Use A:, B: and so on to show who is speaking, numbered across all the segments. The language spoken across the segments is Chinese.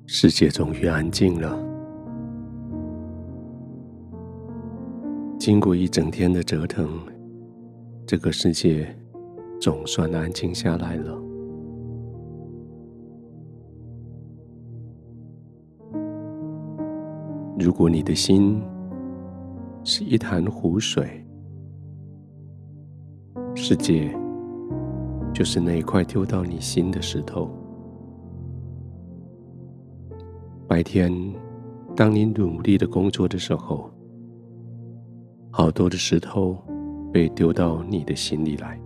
A: 世界终于安静了。经过一整天的折腾，这个世界总算安静下来了。如果你的心是一潭湖水，世界就是那一块丢到你心的石头。白天，当你努力的工作的时候，好多的石头被丢到你的心里来。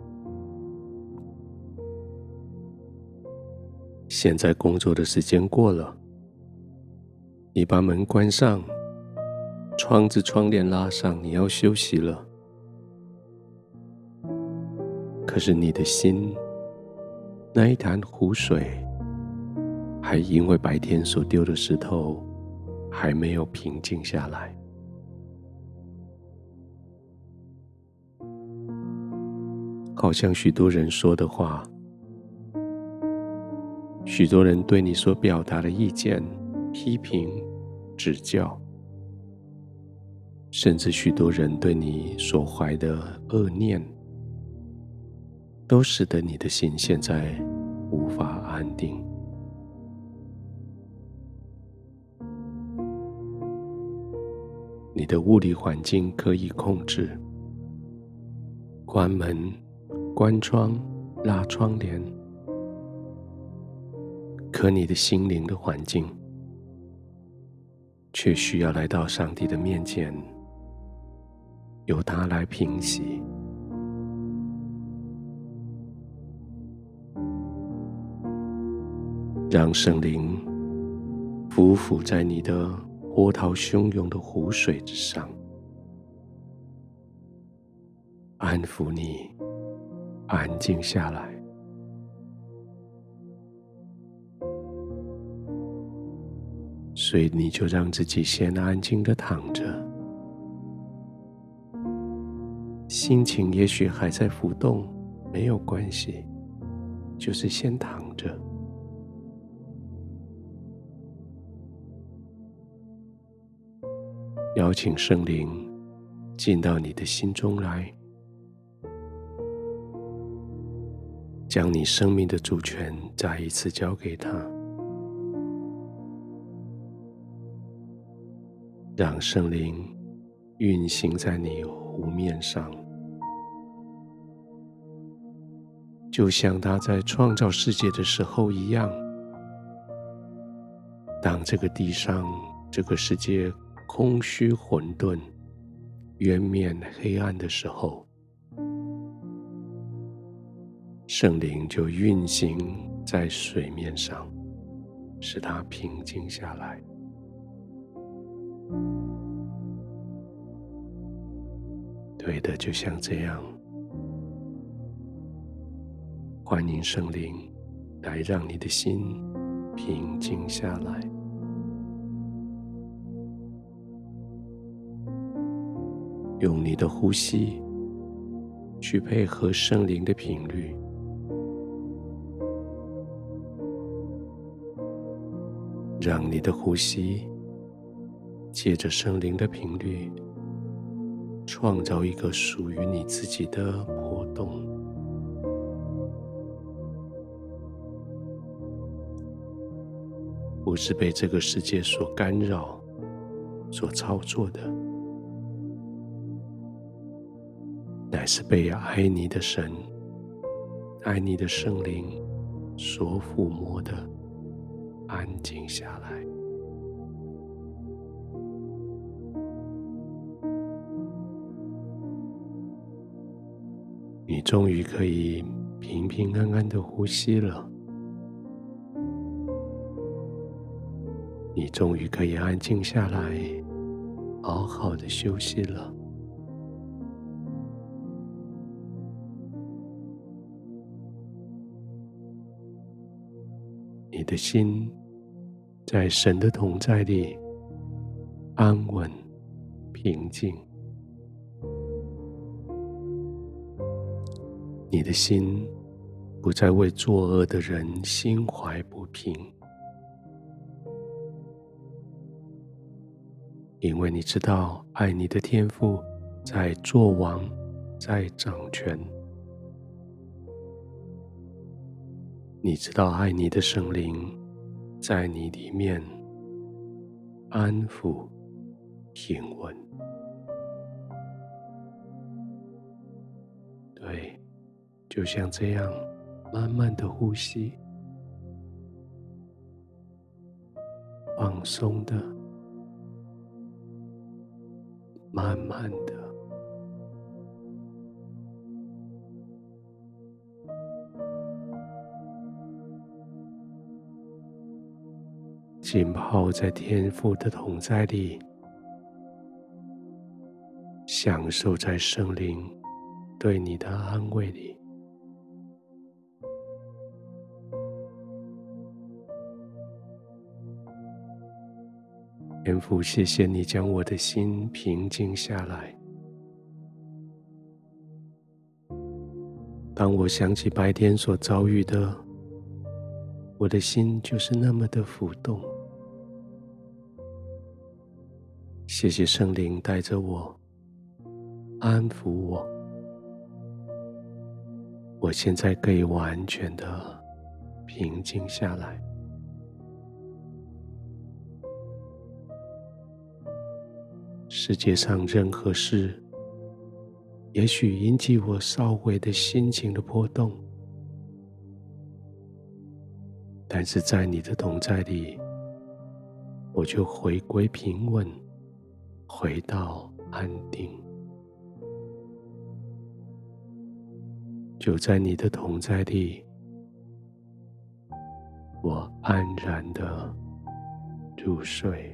A: 现在工作的时间过了，你把门关上，窗子窗帘拉上，你要休息了。可是你的心，那一潭湖水，还因为白天所丢的石头还没有平静下来。好像许多人说的话，许多人对你所表达的意见、批评、指教，甚至许多人对你所怀的恶念，都使得你的心现在无法安定。你的物理环境可以控制，关门、关窗、拉窗帘，可你的心灵的环境却需要来到上帝的面前，由他来平息。让圣灵匍匐在你的波涛汹涌的湖水之上，安抚你，安静下来。所以你就让自己先安静地躺着，心情也许还在浮动，没有关系，就是先躺着。邀请圣灵进到你的心中来，将你生命的主权再一次交给他，让圣灵运行在你湖面上，就像他在创造世界的时候一样。当这个地上，这个世界空虚混沌、渊面黑暗的时候，圣灵就运行在水面上，使它平静下来。对的，就像这样，欢迎圣灵来让你的心平静下来。用你的呼吸去配合圣灵的频率，让你的呼吸借着圣灵的频率，创造一个属于你自己的波动。不是被这个世界所干扰、所操作的，乃是被爱你的神、爱你的圣灵所抚摸的，安静下来。你终于可以平平安安的呼吸了，你终于可以安静下来，好好的休息了。你的心在神的同在里安稳平静，你的心不再为作恶的人心怀不平， 因为你知道爱你的天父在作王，在掌权。你知道爱你的圣灵在你里面安抚平稳。对，就像这样慢慢的呼吸，放松的，慢慢的，浸泡在天父的同在里，享受在圣灵对你的安慰里。天父，谢谢你将我的心平静下来。当我想起白天所遭遇的，我的心就是那么的浮动。谢谢圣灵带着我，安抚我。我现在可以完全的平静下来。世界上任何事，也许引起我稍微的心情的波动，但是在你的同在里，我就回归平稳，回到安定。就在你的同在里，我安然的入睡。